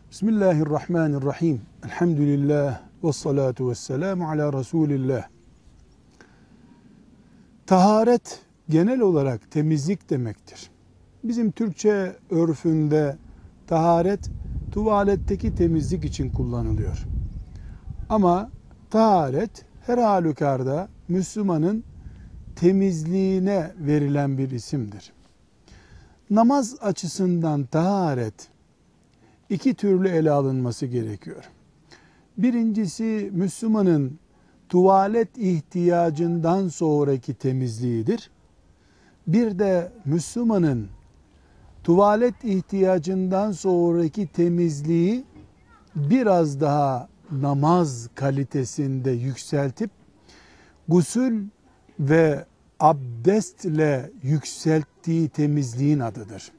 Bismillahirrahmanirrahim. Elhamdülillah ve salatu ve selamu ala Resulillah. Taharet genel olarak temizlik demektir. Bizim Türkçe örfünde taharet tuvaletteki temizlik için kullanılıyor. Ama taharet her halükarda Müslümanın temizliğine verilen bir isimdir. Namaz açısından taharet iki türlü ele alınması gerekiyor. Birincisi Müslümanın tuvalet ihtiyacından sonraki temizliğidir. Bir de Müslümanın tuvalet ihtiyacından sonraki temizliği biraz daha namaz kalitesinde yükseltip gusül ve abdestle yükselttiği temizliğin adıdır.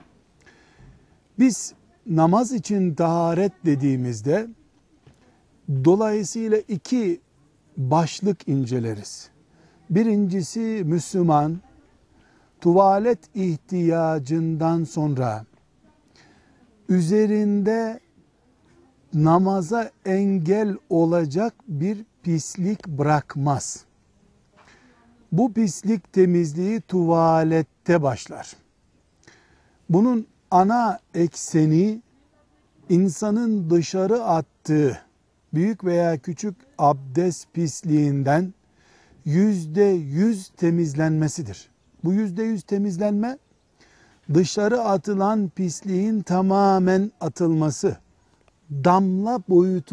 Biz namaz için taharet dediğimizde dolayısıyla iki başlık inceleriz. Birincisi Müslüman tuvalet ihtiyacından sonra üzerinde namaza engel olacak bir pislik bırakmaz. Bu pislik temizliği tuvalette başlar. Bunun ana ekseni insanın dışarı attığı büyük veya küçük abdest pisliğinden %100 temizlenmesidir. Bu %100 temizlenme dışarı atılan pisliğin tamamen atılması, damla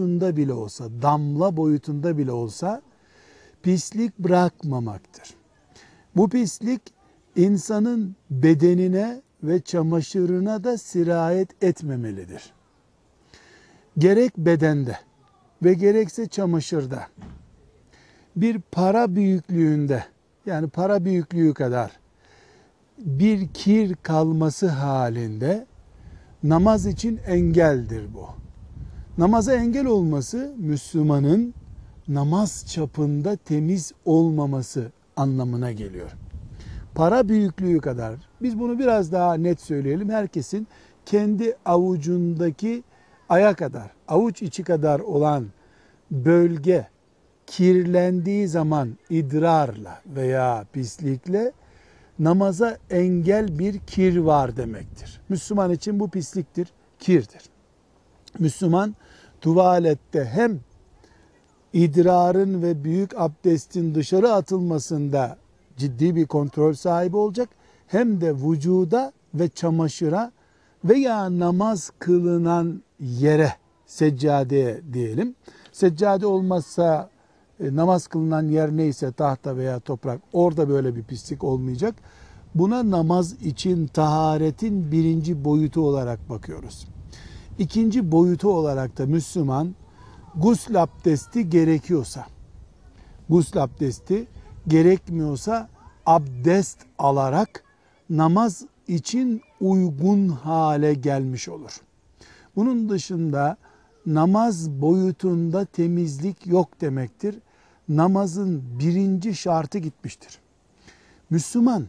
boyutunda bile olsa pislik bırakmamaktır. Bu pislik insanın bedenine ve çamaşırına da sirayet etmemelidir. Gerek bedende ve gerekse çamaşırda bir para büyüklüğünde, yani para büyüklüğü kadar bir kir kalması halinde namaz için engeldir bu. Namaza engel olması Müslümanın namaz çapında temiz olmaması anlamına geliyor. Para büyüklüğü kadar, biz bunu biraz daha net söyleyelim, herkesin kendi avucundaki aya kadar, avuç içi kadar olan bölge kirlendiği zaman idrarla veya pislikle namaza engel bir kir var demektir. Müslüman için bu pisliktir, kirdir. Müslüman tuvalette hem idrarın ve büyük abdestin dışarı atılmasında ciddi bir kontrol sahibi olacak, hem de vücuda ve çamaşıra veya namaz kılınan yere, seccadeye diyelim. Seccade olmazsa namaz kılınan yer neyse, tahta veya toprak, orada böyle bir pislik olmayacak. Buna namaz için taharetin birinci boyutu olarak bakıyoruz. İkinci boyutu olarak da Müslüman gusül abdesti gerekiyorsa, gusül abdesti gerekmiyorsa abdest alarak namaz için uygun hale gelmiş olur. Bunun dışında namaz boyutunda temizlik yok demektir. Namazın birinci şartı gitmiştir. Müslüman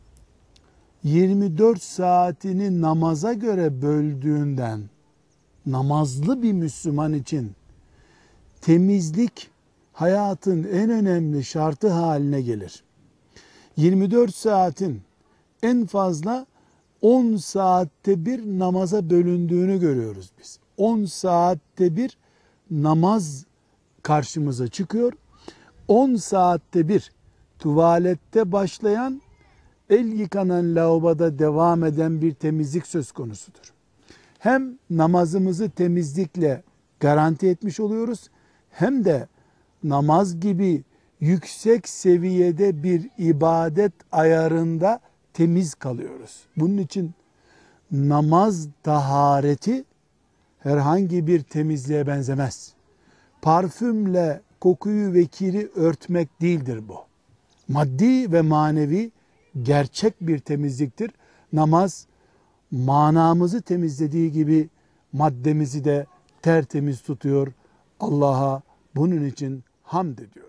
24 saatini namaza göre böldüğünden namazlı bir Müslüman için temizlik hayatın en önemli şartı haline gelir. 24 saatin en fazla 10 saatte bir namaza bölündüğünü görüyoruz biz. 10 saatte bir namaz karşımıza çıkıyor. 10 saatte bir tuvalette başlayan, el yıkanan lavaboda devam eden bir temizlik söz konusudur. Hem namazımızı temizlikle garanti etmiş oluyoruz, hem de namaz gibi yüksek seviyede bir ibadet ayarında temiz kalıyoruz. Bunun için namaz tahareti herhangi bir temizliğe benzemez. Parfümle kokuyu ve kiri örtmek değildir bu. Maddi ve manevi gerçek bir temizliktir. Namaz manamızı temizlediği gibi maddemizi de tertemiz tutuyor. Allah'a bunun için hamd ediyor.